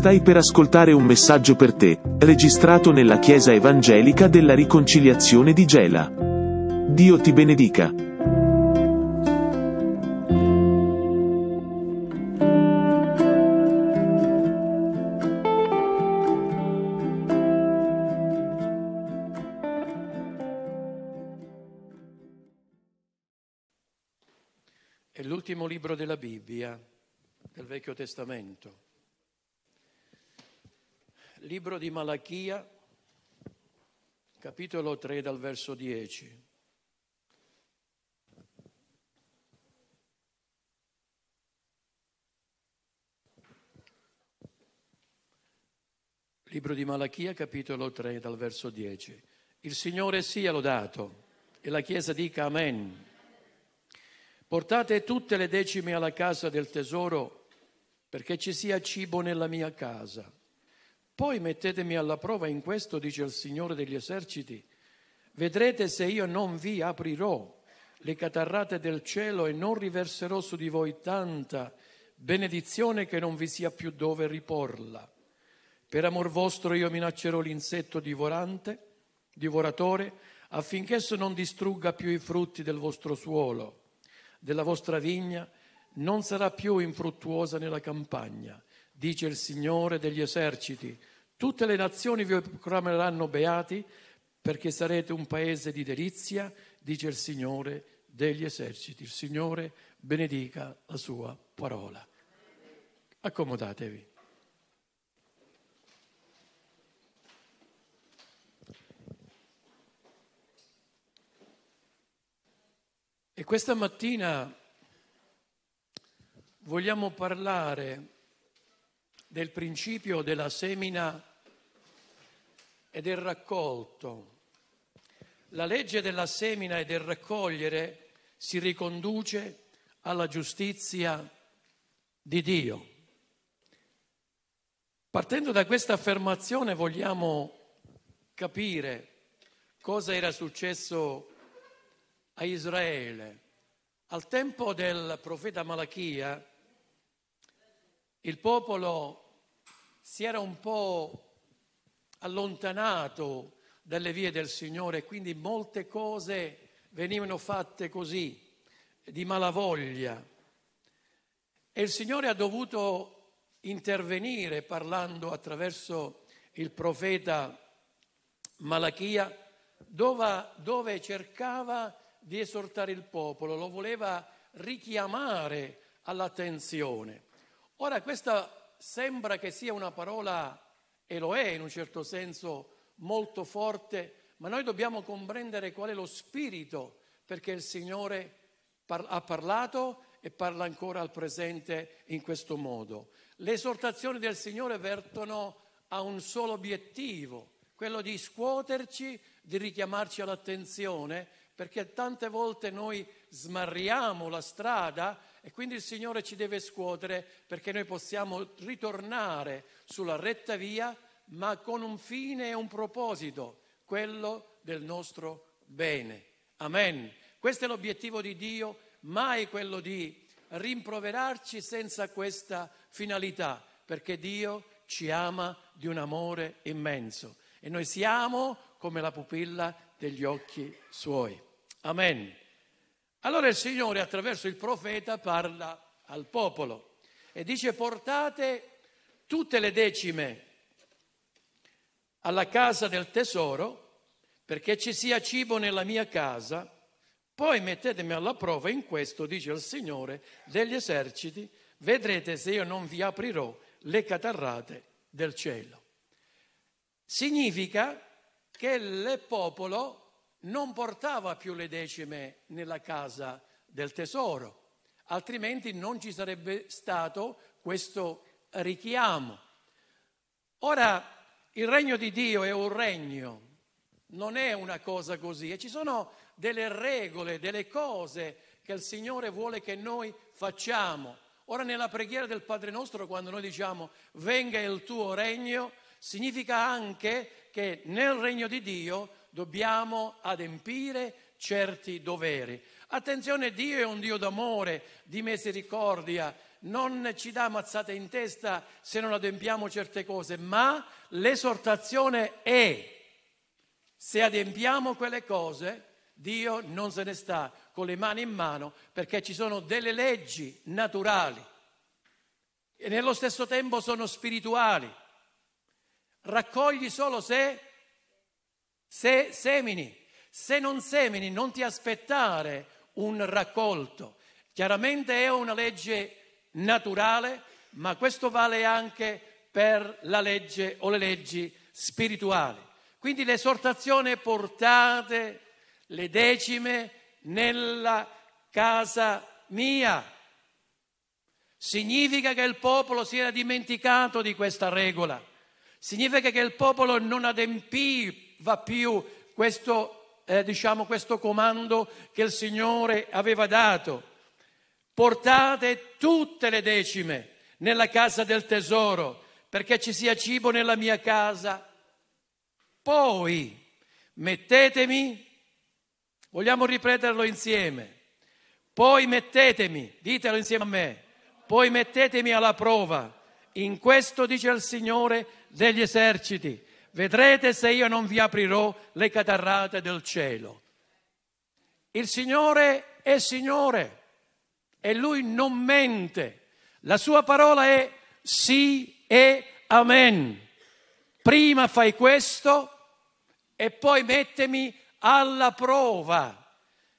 Stai per ascoltare un messaggio per te, registrato nella Chiesa Evangelica della Riconciliazione di Gela. Dio ti benedica. È l'ultimo libro della Bibbia, del Vecchio Testamento. Libro di Malachia, capitolo 3 dal verso 10. Libro di Malachia, capitolo 3 dal verso 10. Il Signore sia lodato e la Chiesa dica Amen. Portate tutte le decime alla casa del tesoro, perché ci sia cibo nella mia casa. Poi mettetemi alla prova in questo, dice il Signore degli eserciti. Vedrete se io non vi aprirò le catarrate del cielo e non riverserò su di voi tanta benedizione che non vi sia più dove riporla. Per amor vostro io minaccerò l'insetto divoratore, affinché esso non distrugga più i frutti del vostro suolo. Della vostra vigna non sarà più infruttuosa nella campagna, dice il Signore degli eserciti. Tutte le nazioni vi proclameranno beati, perché sarete un paese di delizia, dice il Signore degli eserciti. Il Signore benedica la sua parola. Accomodatevi. E questa mattina vogliamo parlare del principio della semina e del raccolto. La legge della semina e del raccogliere si riconduce alla giustizia di Dio. Partendo da questa affermazione vogliamo capire cosa era successo a Israele. Al tempo del profeta Malachia, il popolo si era un po' allontanato dalle vie del Signore e quindi molte cose venivano fatte così, di malavoglia. E il Signore ha dovuto intervenire parlando attraverso il profeta Malachia, dove cercava di esortare il popolo, lo voleva richiamare all'attenzione. Ora questa sembra che sia una parola, e lo è in un certo senso, molto forte, ma noi dobbiamo comprendere qual è lo spirito, perché il Signore ha parlato e parla ancora al presente in questo modo. Le esortazioni del Signore vertono a un solo obiettivo, quello di scuoterci, di richiamarci all'attenzione, perché tante volte noi smarriamo la strada e quindi il Signore ci deve scuotere perché noi possiamo ritornare sulla retta via, ma con un fine e un proposito, quello del nostro bene. Amen. Questo è l'obiettivo di Dio, mai quello di rimproverarci senza questa finalità, perché Dio ci ama di un amore immenso e noi siamo come la pupilla degli occhi Suoi. Amen. Allora il Signore attraverso il profeta parla al popolo e dice: portate tutte le decime alla casa del tesoro, perché ci sia cibo nella mia casa, poi mettetemi alla prova in questo, dice il Signore degli eserciti, vedrete se io non vi aprirò le catarrate del cielo. Significa che il popolo non portava più le decime nella casa del tesoro, altrimenti non ci sarebbe stato questo richiamo. Ora, il regno di Dio è un regno, non è una cosa così, e ci sono delle regole, delle cose che il Signore vuole che noi facciamo. Ora, nella preghiera del Padre nostro, quando noi diciamo venga il tuo regno, significa anche che nel regno di Dio dobbiamo adempiere certi doveri. Attenzione, Dio è un Dio d'amore, di misericordia, non ci dà mazzate in testa se non adempiamo certe cose, ma l'esortazione è: se adempiamo quelle cose, Dio non se ne sta con le mani in mano, perché ci sono delle leggi naturali e nello stesso tempo sono spirituali. Raccogli solo se semini. Se non semini, non ti aspettare un raccolto. Chiaramente è una legge naturale, ma questo vale anche per la legge o le leggi spirituali. Quindi l'esortazione: portate le decime nella casa mia. Significa che il popolo si era dimenticato di questa regola. Significa che il popolo non adempiva più questo comando che il Signore aveva dato. Portate tutte le decime nella casa del tesoro, perché ci sia cibo nella mia casa. Poi mettetemi, vogliamo ripeterlo insieme, poi mettetemi, ditelo insieme a me, poi mettetemi alla prova. In questo dice il Signore degli eserciti: vedrete se io non vi aprirò le catarrate del cielo. Il Signore è Signore e Lui non mente. La sua parola è sì e amen. Prima fai questo e poi mettimi alla prova.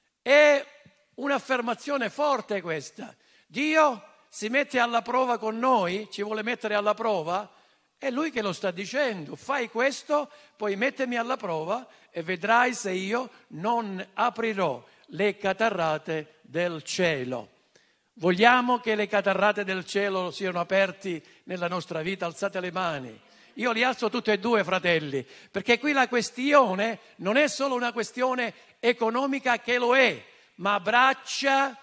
È un'affermazione forte questa. Dio si mette alla prova con noi, ci vuole mettere alla prova. È Lui che lo sta dicendo: fai questo, poi mettimi alla prova e vedrai se io non aprirò le catarrate del cielo. Vogliamo che le catarrate del cielo siano aperti nella nostra vita? Alzate le mani. Io li alzo tutte e due, fratelli, perché qui la questione non è solo una questione economica, che lo è, ma abbraccia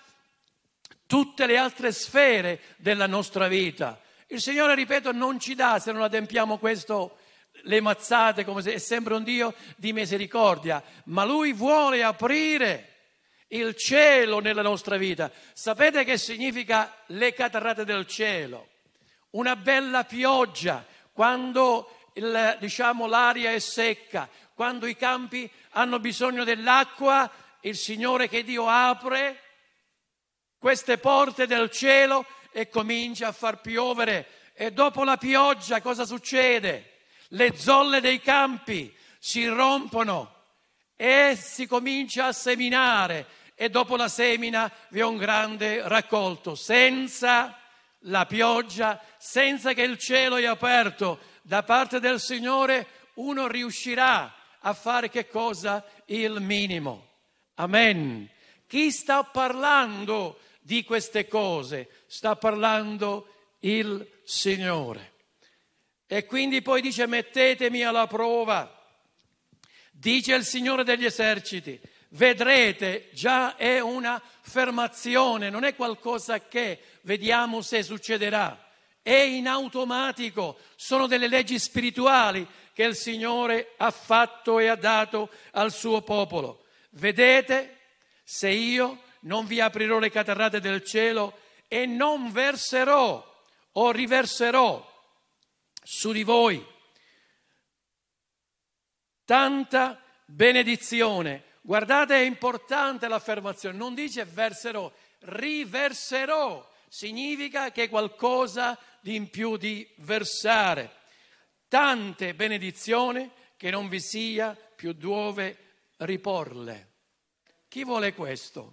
tutte le altre sfere della nostra vita. Il Signore, ripeto, non ci dà, se non adempiamo questo, le mazzate, come se è sempre un Dio di misericordia, ma Lui vuole aprire il cielo nella nostra vita. Sapete che significa le catarrate del cielo? Una bella pioggia, quando l'aria è secca, quando i campi hanno bisogno dell'acqua, il Signore, che Dio apre queste porte del cielo e comincia a far piovere. E dopo la pioggia cosa succede? Le zolle dei campi si rompono e si comincia a seminare, e dopo la semina vi è un grande raccolto. Senza la pioggia, senza che il cielo è aperto da parte del Signore, uno riuscirà a fare che cosa? Il minimo. Amen. Chi sta parlando di queste cose? Sta parlando il Signore. E quindi poi dice: mettetemi alla prova. Dice il Signore degli eserciti: vedrete, già è un'affermazione, non è qualcosa che vediamo se succederà, è in automatico, sono delle leggi spirituali che il Signore ha fatto e ha dato al suo popolo. Vedete se io non vi aprirò le catarrate del cielo e non verserò o riverserò su di voi tanta benedizione. Guardate, è importante l'affermazione, non dice verserò, riverserò, significa che qualcosa di in più di versare. Tante benedizioni che non vi sia più dove riporle. Chi vuole questo?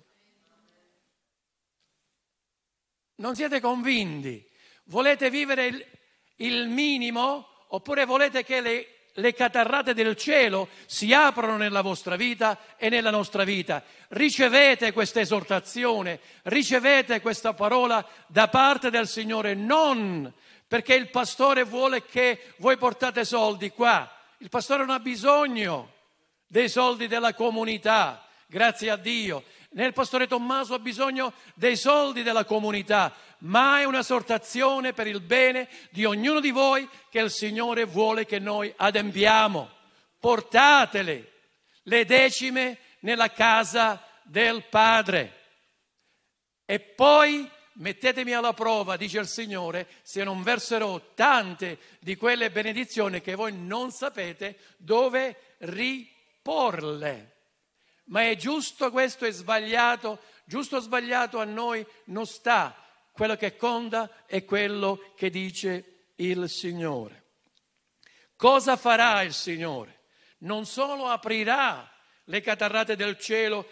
Non siete convinti? Volete vivere il minimo, oppure volete che le catarrate del cielo si aprono nella vostra vita e nella nostra vita? Ricevete questa esortazione, ricevete questa parola da parte del Signore, non perché il pastore vuole che voi portate soldi qua. Il pastore non ha bisogno dei soldi della comunità, grazie a Dio. Né il pastore Tommaso ha bisogno dei soldi della comunità, ma è un'esortazione per il bene di ognuno di voi che il Signore vuole che noi adempiamo. Portatele le decime nella casa del Padre. E poi mettetemi alla prova, dice il Signore, se non verserò tante di quelle benedizioni che voi non sapete dove riporle. Ma è giusto questo, è sbagliato? Giusto o sbagliato a noi non sta. Quello che conta è quello che dice il Signore. Cosa farà il Signore? Non solo aprirà le catarrate del cielo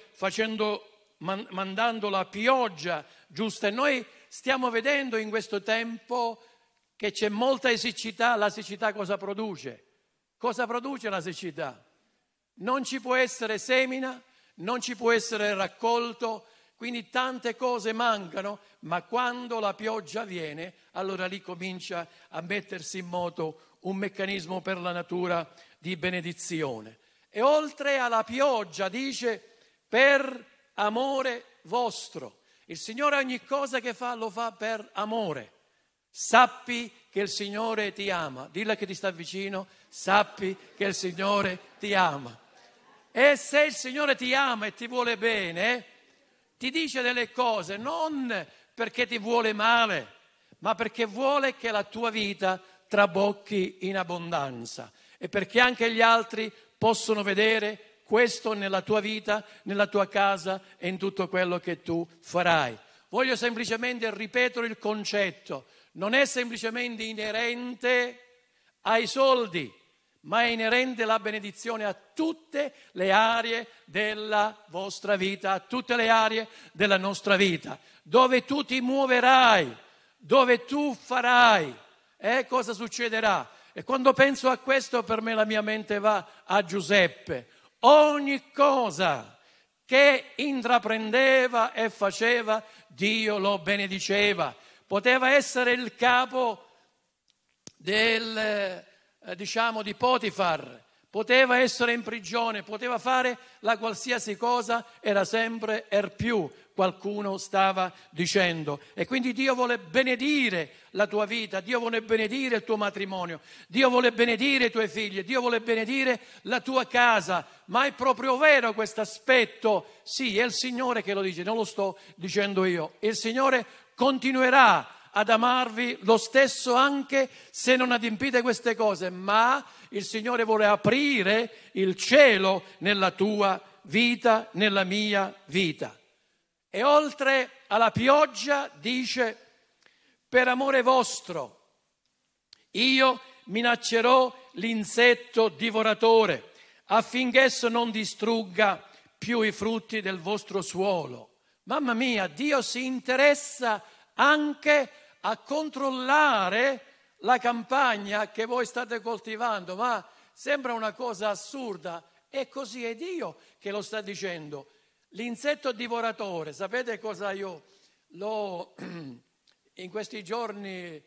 mandando la pioggia giusta. E noi stiamo vedendo in questo tempo che c'è molta siccità. La siccità cosa produce? Cosa produce la siccità? Non ci può essere semina, non ci può essere raccolto, quindi tante cose mancano, ma quando la pioggia viene, allora lì comincia a mettersi in moto un meccanismo per la natura di benedizione. E oltre alla pioggia dice per amore vostro. Il Signore ogni cosa che fa lo fa per amore. Sappi che il Signore ti ama. Dilla che ti sta vicino, sappi che il Signore ti ama. E se il Signore ti ama e ti vuole bene, ti dice delle cose non perché ti vuole male, ma perché vuole che la tua vita trabocchi in abbondanza e perché anche gli altri possono vedere questo nella tua vita, nella tua casa e in tutto quello che tu farai. Voglio semplicemente ripetere il concetto, non è semplicemente inerente ai soldi, ma è inerente la benedizione a tutte le aree della vostra vita, a tutte le aree della nostra vita, dove tu ti muoverai, dove tu farai, cosa succederà? E quando penso a questo, per me la mia mente va a Giuseppe. Ogni cosa che intraprendeva e faceva, Dio lo benediceva. Poteva essere il capo di Potifar, poteva essere in prigione, poteva fare la qualsiasi cosa, era sempre più, qualcuno stava dicendo. E quindi Dio vuole benedire la tua vita, Dio vuole benedire il tuo matrimonio, Dio vuole benedire i tuoi figli, Dio vuole benedire la tua casa. Ma è proprio vero questo aspetto? Sì, è il Signore che lo dice, non lo sto dicendo io. Il Signore continuerà ad amarvi lo stesso anche se non adempite queste cose, ma il Signore vuole aprire il cielo nella tua vita, nella mia vita. E oltre alla pioggia dice, per amore vostro, io minaccerò l'insetto divoratore, affinché esso non distrugga più i frutti del vostro suolo. Mamma mia, Dio si interessa anche a controllare la campagna che voi state coltivando, ma sembra una cosa assurda, e così è Dio che lo sta dicendo. L'insetto divoratore, sapete cosa io in questi giorni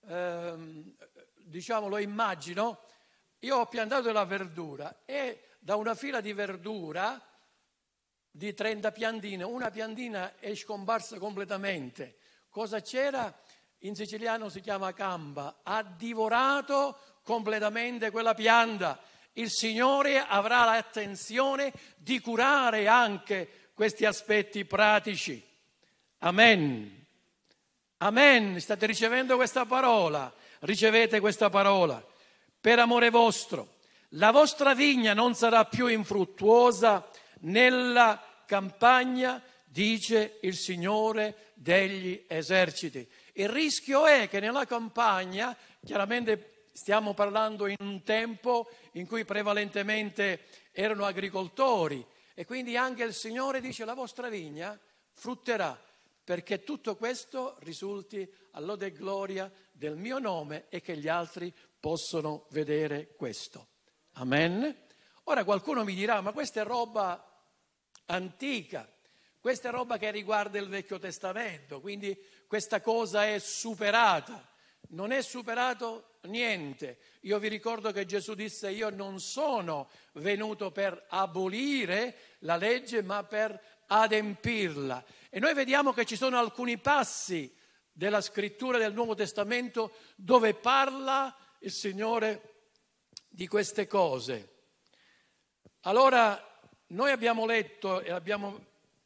lo immagino? Io ho piantato della verdura e da una fila di verdura di 30 piantine, una piantina è scomparsa completamente. Cosa c'era? In siciliano si chiama camba, ha divorato completamente quella pianta. Il Signore avrà l'attenzione di curare anche questi aspetti pratici. Amen. Amen. State ricevendo questa parola? Ricevete questa parola. Per amore vostro, la vostra vigna non sarà più infruttuosa nella campagna, dice il Signore degli eserciti. Il rischio è che nella campagna, chiaramente stiamo parlando in un tempo in cui prevalentemente erano agricoltori, e quindi anche il Signore dice la vostra vigna frutterà, perché tutto questo risulti all'ode e gloria del mio nome e che gli altri possono vedere questo. Amen. Ora qualcuno mi dirà, ma questa è roba antica, questa è roba che riguarda il Vecchio Testamento, quindi questa cosa è superata. Non è superato niente. Io vi ricordo che Gesù disse, io non sono venuto per abolire la legge, ma per adempirla. E noi vediamo che ci sono alcuni passi della scrittura del Nuovo Testamento dove parla il Signore di queste cose. Allora, noi abbiamo letto e abbiamo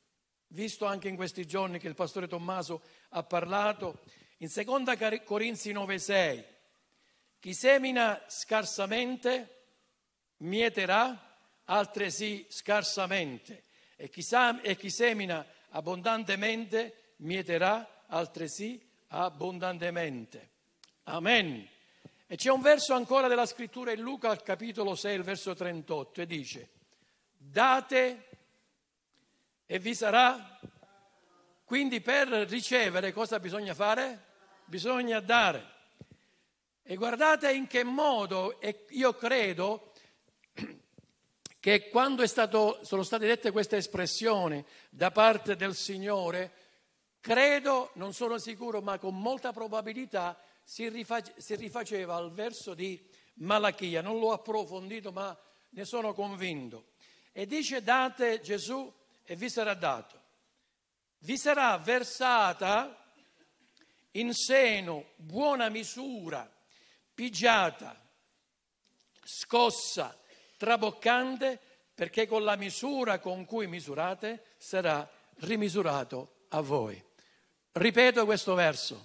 visto anche in questi giorni che il pastore Tommaso ha parlato, in 2 Corinzi 9,6, chi semina scarsamente mieterà altresì scarsamente, e chi semina abbondantemente mieterà altresì abbondantemente. Amen. E c'è un verso ancora della scrittura in Luca al capitolo 6, il verso 38, e dice: date e vi sarà. Quindi per ricevere cosa bisogna fare? Bisogna dare. E guardate in che modo, e io credo che quando sono state dette queste espressioni da parte del Signore, credo, non sono sicuro, ma con molta probabilità si rifaceva al verso di Malachia. Non l'ho approfondito, ma ne sono convinto. E dice: date Gesù e vi sarà dato. Vi sarà versata in seno buona misura, pigiata, scossa, traboccante, perché con la misura con cui misurate sarà rimisurato a voi. Ripeto questo verso: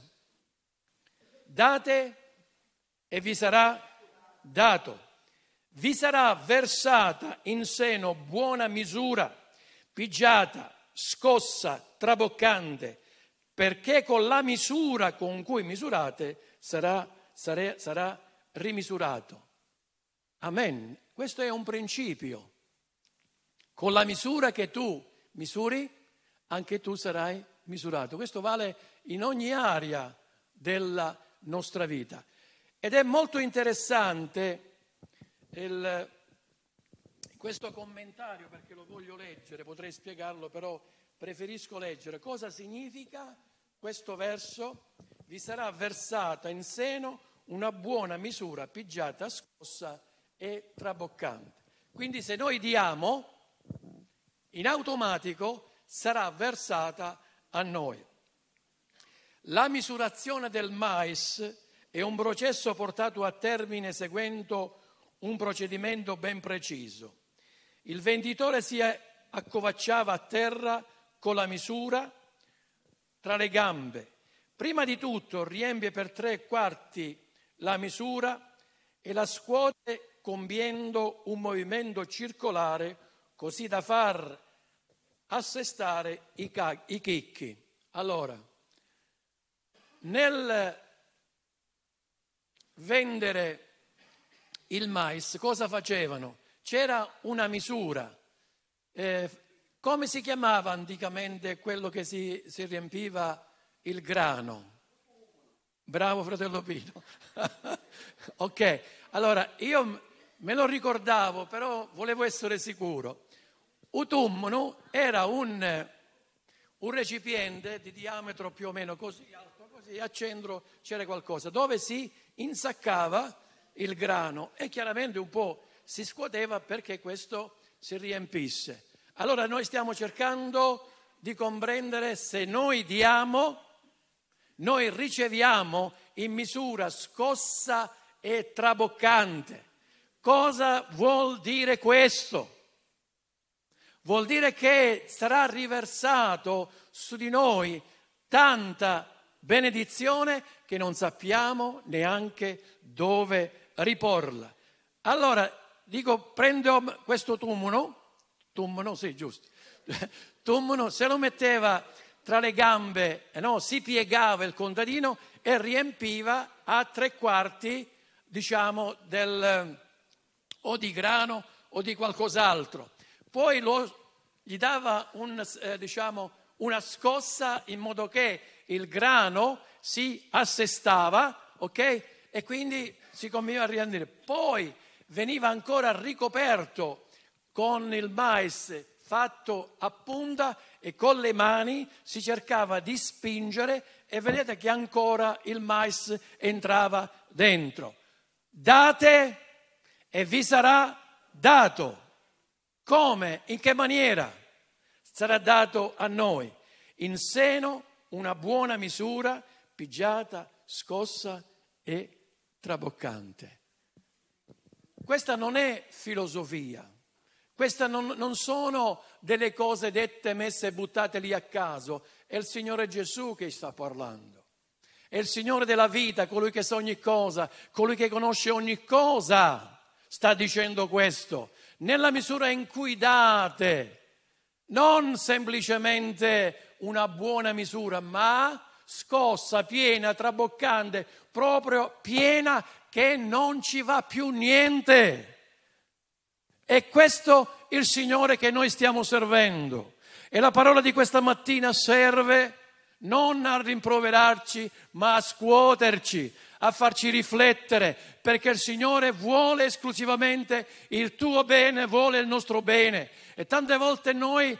date e vi sarà dato. Vi sarà versata in seno buona misura, pigiata, scossa, traboccante, perché con la misura con cui misurate sarà rimisurato. Amen. Questo è un principio. Con la misura che tu misuri, anche tu sarai misurato. Questo vale in ogni area della nostra vita. Ed è molto interessante questo commentario, perché lo voglio leggere, potrei spiegarlo, però preferisco leggere. Cosa significa questo verso? Vi sarà versata in seno una buona misura, pigiata, scossa e traboccante. Quindi se noi diamo, in automatico sarà versata a noi. La misurazione del mais è un processo portato a termine seguendo un procedimento ben preciso. Il venditore si accovacciava a terra con la misura tra le gambe. Prima di tutto riempie per 3/4 la misura e la scuote compiendo un movimento circolare così da far assestare i chicchi. Allora, nel vendere il mais cosa facevano? C'era una misura. Come si chiamava anticamente quello che si riempiva il grano? Bravo fratello Pino. Ok, allora io me lo ricordavo, però volevo essere sicuro. Utumno era un recipiente di diametro più o meno così alto, così a centro c'era qualcosa dove si insaccava il grano e chiaramente un po' si scuoteva perché questo si riempisse. Allora noi stiamo cercando di comprendere: se noi diamo, noi riceviamo in misura scossa e traboccante. Cosa vuol dire questo? Vuol dire che sarà riversato su di noi tanta benedizione che non sappiamo neanche dove riporla. Allora, dico, prendo questo tummuno, sì, giusto, tummuno, se lo metteva tra le gambe, si piegava il contadino e riempiva a 3/4, diciamo, o di grano o di qualcos'altro. Poi gli dava una scossa in modo che il grano si assestava, ok? E quindi si cominciava a riandire. Poi veniva ancora ricoperto con il mais fatto a punta e con le mani si cercava di spingere e vedete che ancora il mais entrava dentro. Date e vi sarà dato. Come? In che maniera? Sarà dato a noi. In seno una buona misura, pigiata, scossa e traboccante. Questa non è filosofia, Queste non sono delle cose dette, messe e buttate lì a caso. È il Signore Gesù che sta parlando. È il Signore della vita, colui che sa ogni cosa, colui che conosce ogni cosa, sta dicendo questo. Nella misura in cui date, non semplicemente una buona misura, ma scossa, piena, traboccante, proprio piena, che non ci va più niente. È questo il Signore che noi stiamo servendo. E la parola di questa mattina serve non a rimproverarci, ma a scuoterci, a farci riflettere, perché il Signore vuole esclusivamente il tuo bene, vuole il nostro bene. E tante volte noi,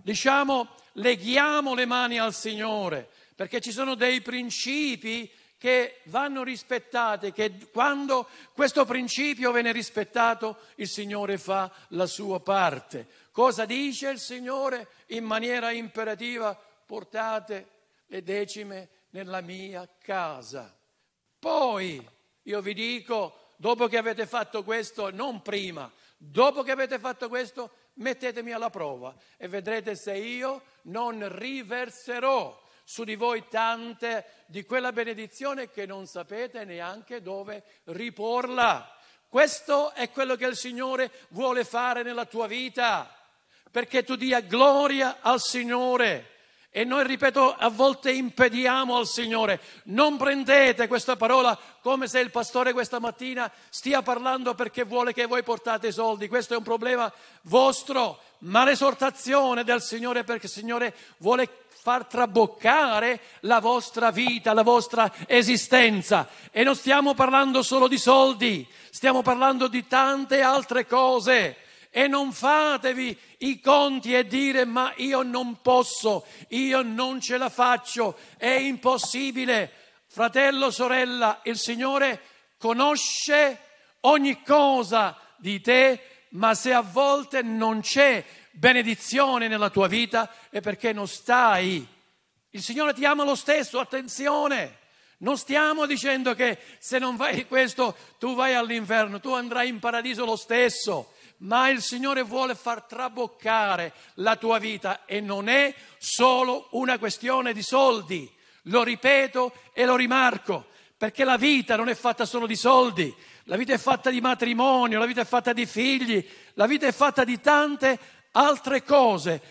leghiamo le mani al Signore, perché ci sono dei principi che vanno rispettati, che quando questo principio viene rispettato, il Signore fa la sua parte. Cosa dice il Signore? In maniera imperativa: portate le decime nella mia casa. Poi io vi dico, dopo che avete fatto questo, non prima, dopo che avete fatto questo, mettetemi alla prova e vedrete se io non riverserò su di voi tante di quella benedizione che non sapete neanche dove riporla. Questo è quello che il Signore vuole fare nella tua vita, perché tu dia gloria al Signore. E noi, ripeto, a volte impediamo al Signore. Non prendete questa parola come se il pastore questa mattina stia parlando perché vuole che voi portate i soldi. Questo è un problema vostro, ma l'esortazione del Signore, perché il Signore vuole far traboccare la vostra vita, la vostra esistenza. E non stiamo parlando solo di soldi, stiamo parlando di tante altre cose. E non fatevi i conti e dire: ma io non posso, io non ce la faccio, è impossibile. Fratello, sorella, il Signore conosce ogni cosa di te, ma se a volte non c'è benedizione nella tua vita è perché non stai. Il Signore ti ama lo stesso, attenzione. Non stiamo dicendo che se non fai questo tu vai all'inferno, tu andrai in paradiso lo stesso. Ma il Signore vuole far traboccare la tua vita e non è solo una questione di soldi. Lo ripeto e lo rimarco, perché la vita non è fatta solo di soldi, la vita è fatta di matrimonio, la vita è fatta di figli, la vita è fatta di tante altre cose.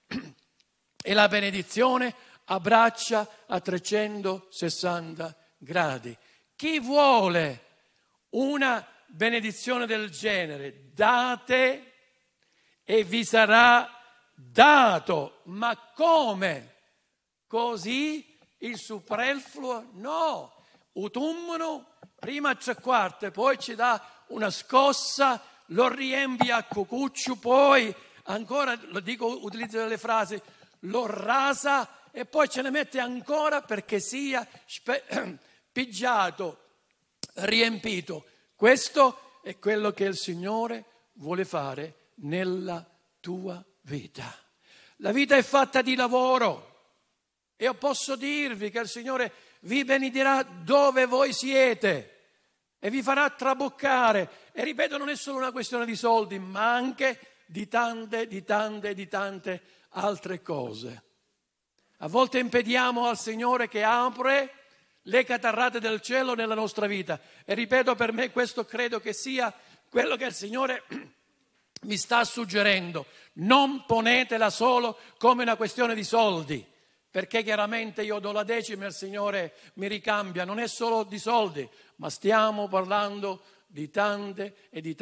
E la benedizione abbraccia a 360 gradi. Chi vuole una benedizione del genere? Date e vi sarà dato. Ma come? Così il superfluo? No. Utumano, prima 3/4, poi ci dà una scossa, lo riempie a cucucciu, poi ancora, lo dico, utilizzo delle frasi, lo rasa e poi ce ne mette ancora perché sia pigiato, riempito. Questo è quello che il Signore vuole fare nella tua vita. La vita è fatta di lavoro e io posso dirvi che il Signore vi benedirà dove voi siete e vi farà traboccare. E ripeto, non è solo una questione di soldi, ma anche di tante altre cose. A volte impediamo al Signore che apre le catarrate del cielo nella nostra vita. E ripeto, per me questo credo che sia quello che il Signore mi sta suggerendo. Non ponetela solo come una questione di soldi, perché chiaramente io do la decima e il Signore mi ricambia. Non è solo di soldi, ma stiamo parlando di tante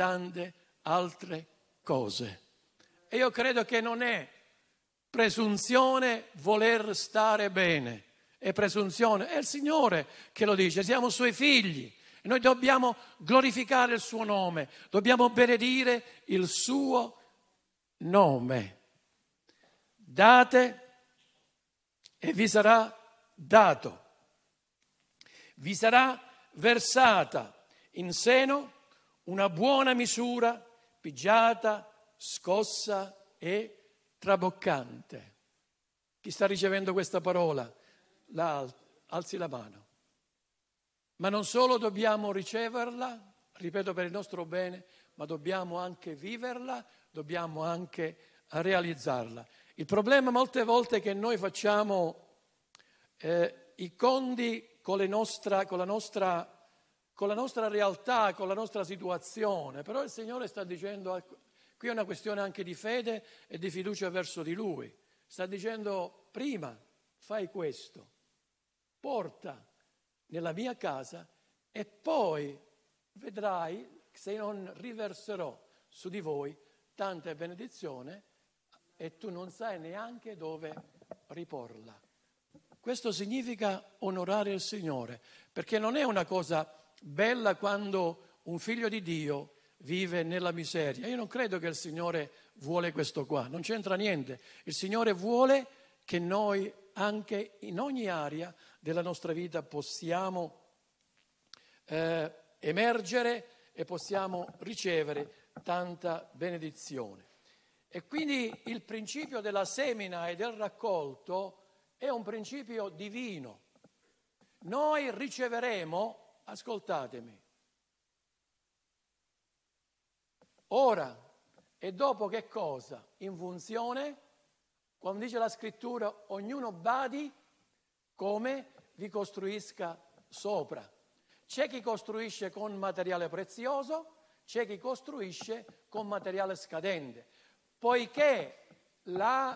altre cose. E io credo che non è presunzione voler stare bene. È presunzione, è il Signore che lo dice, siamo Suoi figli e noi dobbiamo glorificare il Suo nome, dobbiamo benedire il Suo nome. Date e vi sarà dato, vi sarà versata in seno una buona misura, pigiata, scossa e traboccante. Chi sta ricevendo questa parola? Alzi la mano. Ma non solo dobbiamo riceverla, ripeto, per il nostro bene, ma dobbiamo anche viverla, dobbiamo anche realizzarla. Il problema molte volte è che noi facciamo i conti con la nostra realtà, con la nostra situazione, però il Signore sta dicendo, qui è una questione anche di fede e di fiducia verso di Lui, sta dicendo prima fai questo, porta nella mia casa e poi vedrai se non riverserò su di voi tante benedizioni e tu non sai neanche dove riporla. Questo significa onorare il Signore, perché non è una cosa bella quando un figlio di Dio vive nella miseria. Io non credo che il Signore vuole questo qua, non c'entra niente. Il Signore vuole che noi anche in ogni area della nostra vita possiamo emergere e possiamo ricevere tanta benedizione. E quindi il principio della semina e del raccolto è un principio divino. Noi riceveremo, ascoltatemi, ora e dopo che cosa? In funzione, quando dice la scrittura, ognuno badi come vi costruisca sopra. C'è chi costruisce con materiale prezioso, c'è chi costruisce con materiale scadente. Poiché la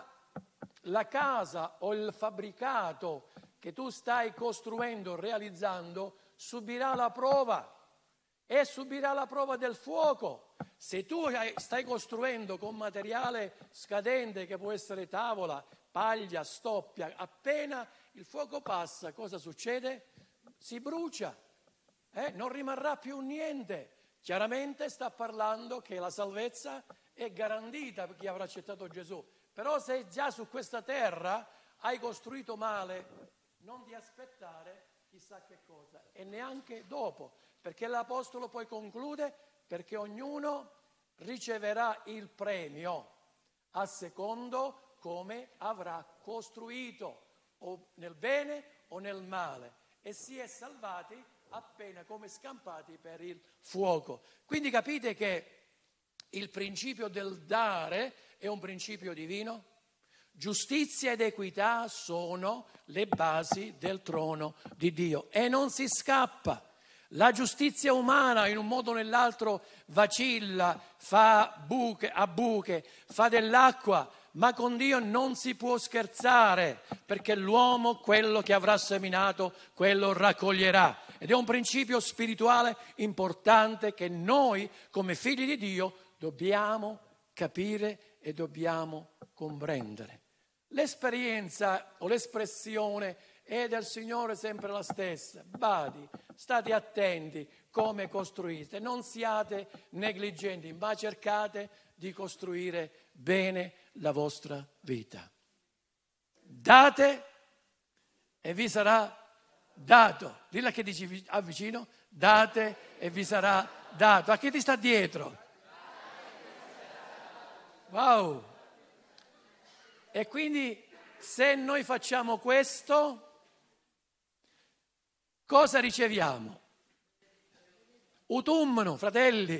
casa o il fabbricato che tu stai costruendo, realizzando, subirà la prova e subirà la prova del fuoco. Se tu stai costruendo con materiale scadente, che può essere tavola, paglia, stoppia, appena il fuoco passa, cosa succede? Si brucia, non rimarrà più niente. Chiaramente sta parlando che la salvezza è garantita per chi avrà accettato Gesù. Però se già su questa terra hai costruito male, non ti aspettare chissà che cosa, e neanche dopo, perché l'Apostolo poi conclude, perché ognuno riceverà il premio a secondo come avrà costruito, o nel bene o nel male, e si è salvati appena come scampati per il fuoco. Quindi capite che il principio del dare è un principio divino. Giustizia ed equità sono le basi del trono di Dio e non si scappa. La giustizia umana in un modo o nell'altro vacilla, fa buche, fa dell'acqua, ma con Dio non si può scherzare, perché l'uomo quello che avrà seminato, quello raccoglierà. Ed è un principio spirituale importante che noi, come figli di Dio, dobbiamo capire e dobbiamo comprendere. L'esperienza o l'espressione è del Signore sempre la stessa. Badi, state attenti come costruite, non siate negligenti, ma cercate di costruire bene la vostra vita. Date e vi sarà dato. Dillo a chi dici vicino, date e vi sarà dato. A chi ti sta dietro? Wow! E quindi se noi facciamo questo, cosa riceviamo? Utumano, fratelli.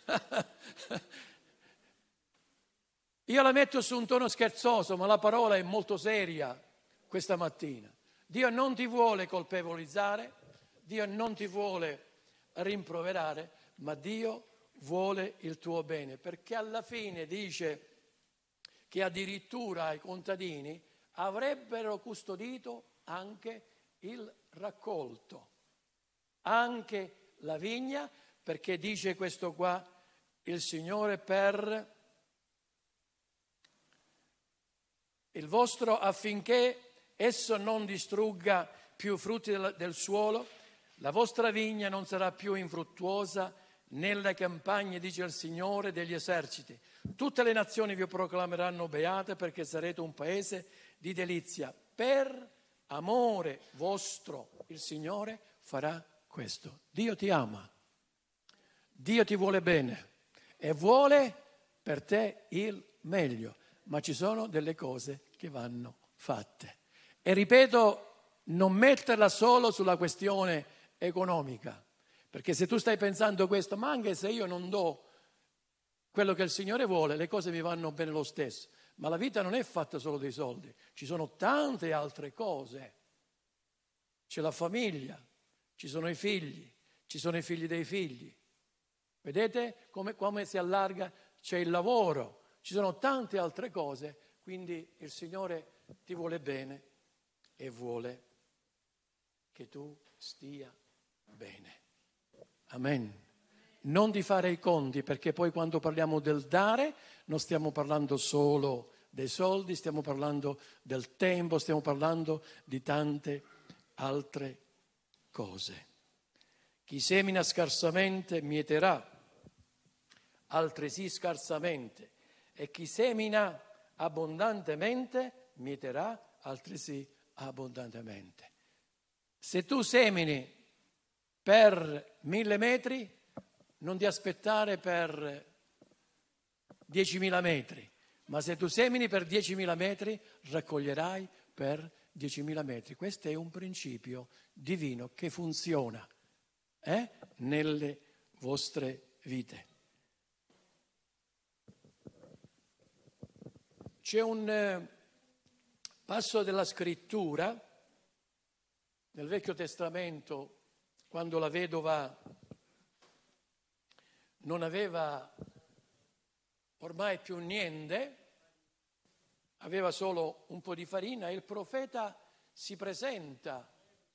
Io la metto su un tono scherzoso, ma la parola è molto seria questa mattina. Dio non ti vuole colpevolizzare, Dio non ti vuole rimproverare, ma Dio vuole il tuo bene, perché alla fine dice che addirittura i contadini avrebbero custodito anche il raccolto, anche la vigna, perché dice questo qua, il Signore per il vostro, affinché esso non distrugga più i frutti del suolo, la vostra vigna non sarà più infruttuosa nelle campagne, dice il Signore degli eserciti. Tutte le nazioni vi proclameranno beate, perché sarete un paese di delizia. Per amore vostro il Signore farà questo. Dio ti ama, Dio ti vuole bene e vuole per te il meglio, ma ci sono delle cose che vanno fatte. E ripeto, non metterla solo sulla questione economica, perché se tu stai pensando questo, ma anche se io non do quello che il Signore vuole, le cose mi vanno bene lo stesso. Ma la vita non è fatta solo dei soldi, ci sono tante altre cose. C'è la famiglia, ci sono i figli, ci sono i figli dei figli. Vedete come si allarga? C'è il lavoro, ci sono tante altre cose. Quindi il Signore ti vuole bene e vuole che tu stia bene. Amen. Non di fare i conti, perché poi quando parliamo del dare non stiamo parlando solo dei soldi, stiamo parlando del tempo, stiamo parlando di tante altre cose. Chi semina scarsamente mieterà, altresì scarsamente, e chi semina abbondantemente mieterà altresì abbondantemente. Se tu semini per 1000 metri, non ti aspettare per 10.000 metri, ma se tu semini per 10.000 metri, raccoglierai per 10.000 metri. Questo è un principio divino che funziona nelle vostre vite. C'è un passo della scrittura nel Vecchio Testamento, quando la vedova non aveva ormai più niente, aveva solo un po' di farina, e il profeta si presenta,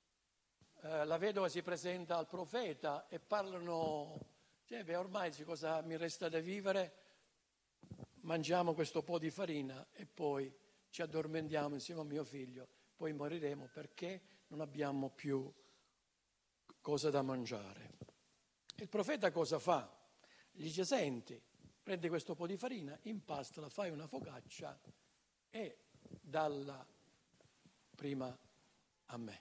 la vedova si presenta al profeta e parlano, ormai cosa mi resta da vivere, mangiamo questo po' di farina e poi ci addormentiamo insieme a mio figlio, poi moriremo perché non abbiamo più cosa da mangiare. Il profeta cosa fa? Gli dice: senti, prendi questo po' di farina, impastala, fai una focaccia e dalla prima a me.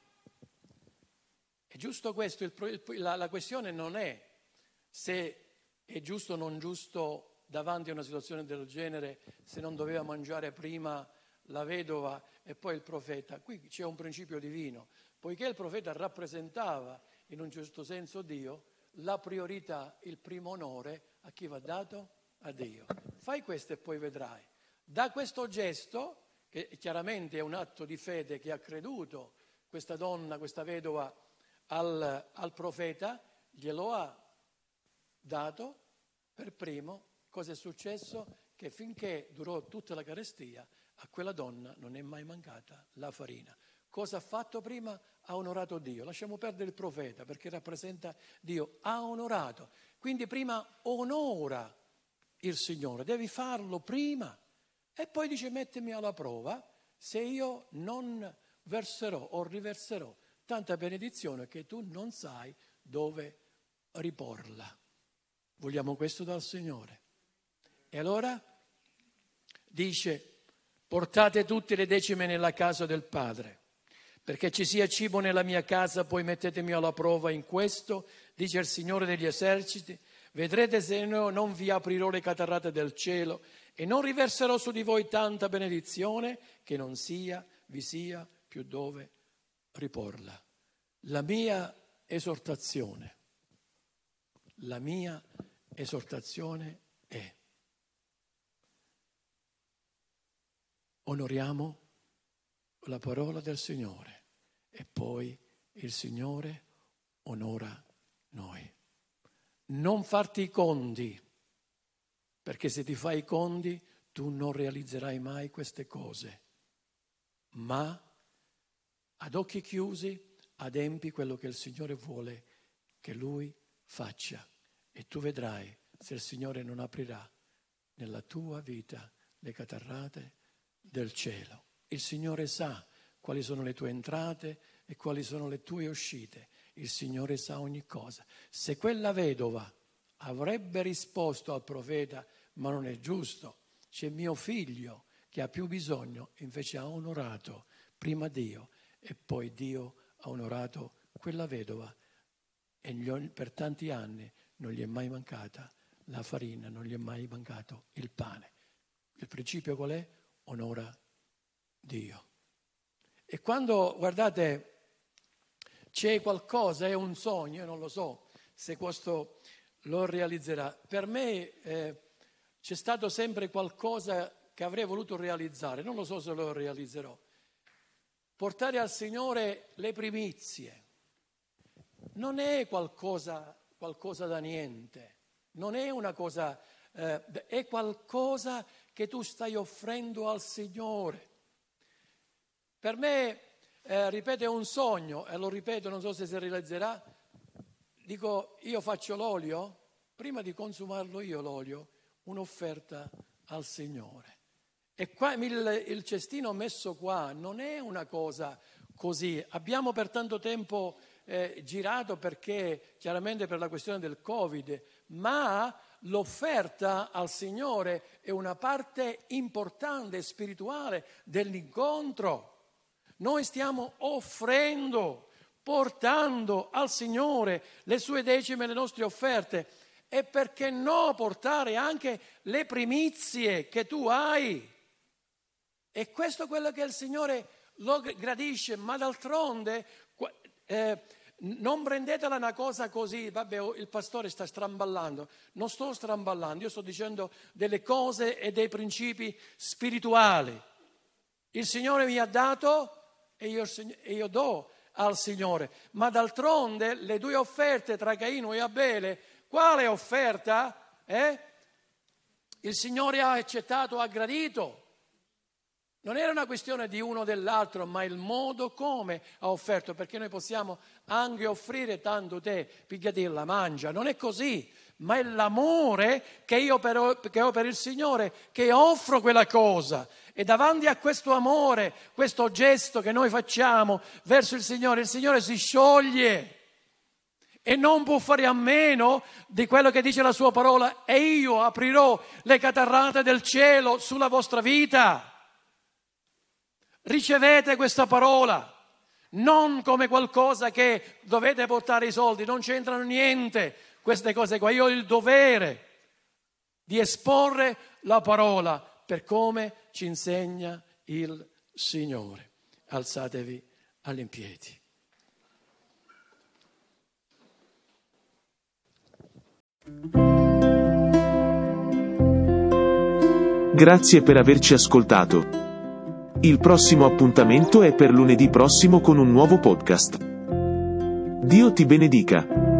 È giusto questo? La questione non è se è giusto o non giusto davanti a una situazione del genere, se non doveva mangiare prima la vedova e poi il profeta. Qui c'è un principio divino, poiché il profeta rappresentava in un certo senso Dio, la priorità, il primo onore a chi va dato? A Dio. Fai questo e poi vedrai. Da questo gesto, che chiaramente è un atto di fede che ha creduto questa donna, questa vedova al profeta, glielo ha dato per primo. Cosa è successo? Che finché durò tutta la carestia, a quella donna non è mai mancata la farina. Cosa ha fatto prima? Ha onorato Dio. Lasciamo perdere il profeta perché rappresenta Dio. Ha onorato. Quindi prima onora il Signore. Devi farlo prima. E poi dice: mettimi alla prova se io non verserò o riverserò tanta benedizione che tu non sai dove riporla. Vogliamo questo dal Signore. E allora dice: portate tutte le decime nella casa del Padre, perché ci sia cibo nella mia casa, poi mettetemi alla prova in questo, dice il Signore degli eserciti, vedrete se no non vi aprirò le catarrate del cielo e non riverserò su di voi tanta benedizione che non vi sia più dove riporla. La mia esortazione è: onoriamo la parola del Signore e poi il Signore onora noi. Non farti i conti, perché se ti fai i conti tu non realizzerai mai queste cose, ma ad occhi chiusi adempi quello che il Signore vuole che Lui faccia e tu vedrai se il Signore non aprirà nella tua vita le catarrate del cielo. Il Signore sa quali sono le tue entrate e quali sono le tue uscite. Il Signore sa ogni cosa. Se quella vedova avrebbe risposto al profeta: ma non è giusto, c'è mio figlio che ha più bisogno, invece ha onorato prima Dio e poi Dio ha onorato quella vedova e per tanti anni non gli è mai mancata la farina, non gli è mai mancato il pane. Il principio qual è? Onora Dio. E quando, guardate, c'è qualcosa, è un sogno, io non lo so se questo lo realizzerà. Per me c'è stato sempre qualcosa che avrei voluto realizzare, non lo so se lo realizzerò. Portare al Signore le primizie non è qualcosa da niente, non è una cosa, è qualcosa che tu stai offrendo al Signore. Per me, ripeto, è un sogno, e lo ripeto, non so se si realizzerà. Dico, io faccio l'olio, prima di consumarlo io l'olio, un'offerta al Signore. E qua il cestino messo qua non è una cosa così. Abbiamo per tanto tempo girato perché, chiaramente per la questione del Covid, ma l'offerta al Signore è una parte importante e spirituale dell'incontro. Noi stiamo offrendo, portando al Signore le sue decime, le nostre offerte. E perché no portare anche le primizie che tu hai? E questo è quello che il Signore lo gradisce, ma d'altronde non prendetela una cosa così, vabbè, il pastore sta stramballando. Non sto stramballando, io sto dicendo delle cose e dei principi spirituali. Il Signore mi ha dato e io do al Signore, ma d'altronde le due offerte tra Caino e Abele, quale offerta? Il Signore ha accettato, ha gradito. Non era una questione di uno o dell'altro, ma il modo come ha offerto, perché noi possiamo anche offrire tanto te, pigliatela, mangia, non è così, ma è l'amore che ho per il Signore, che offro quella cosa. E davanti a questo amore, questo gesto che noi facciamo verso il Signore si scioglie e non può fare a meno di quello che dice la sua parola: e io aprirò le catarrate del cielo sulla vostra vita. Ricevete questa parola, non come qualcosa che dovete portare i soldi, non c'entrano niente queste cose qua. Io ho il dovere di esporre la parola per come ci insegna il Signore. Alzatevi all'impiedi. Grazie per averci ascoltato. Il prossimo appuntamento è per lunedì prossimo con un nuovo podcast. Dio ti benedica.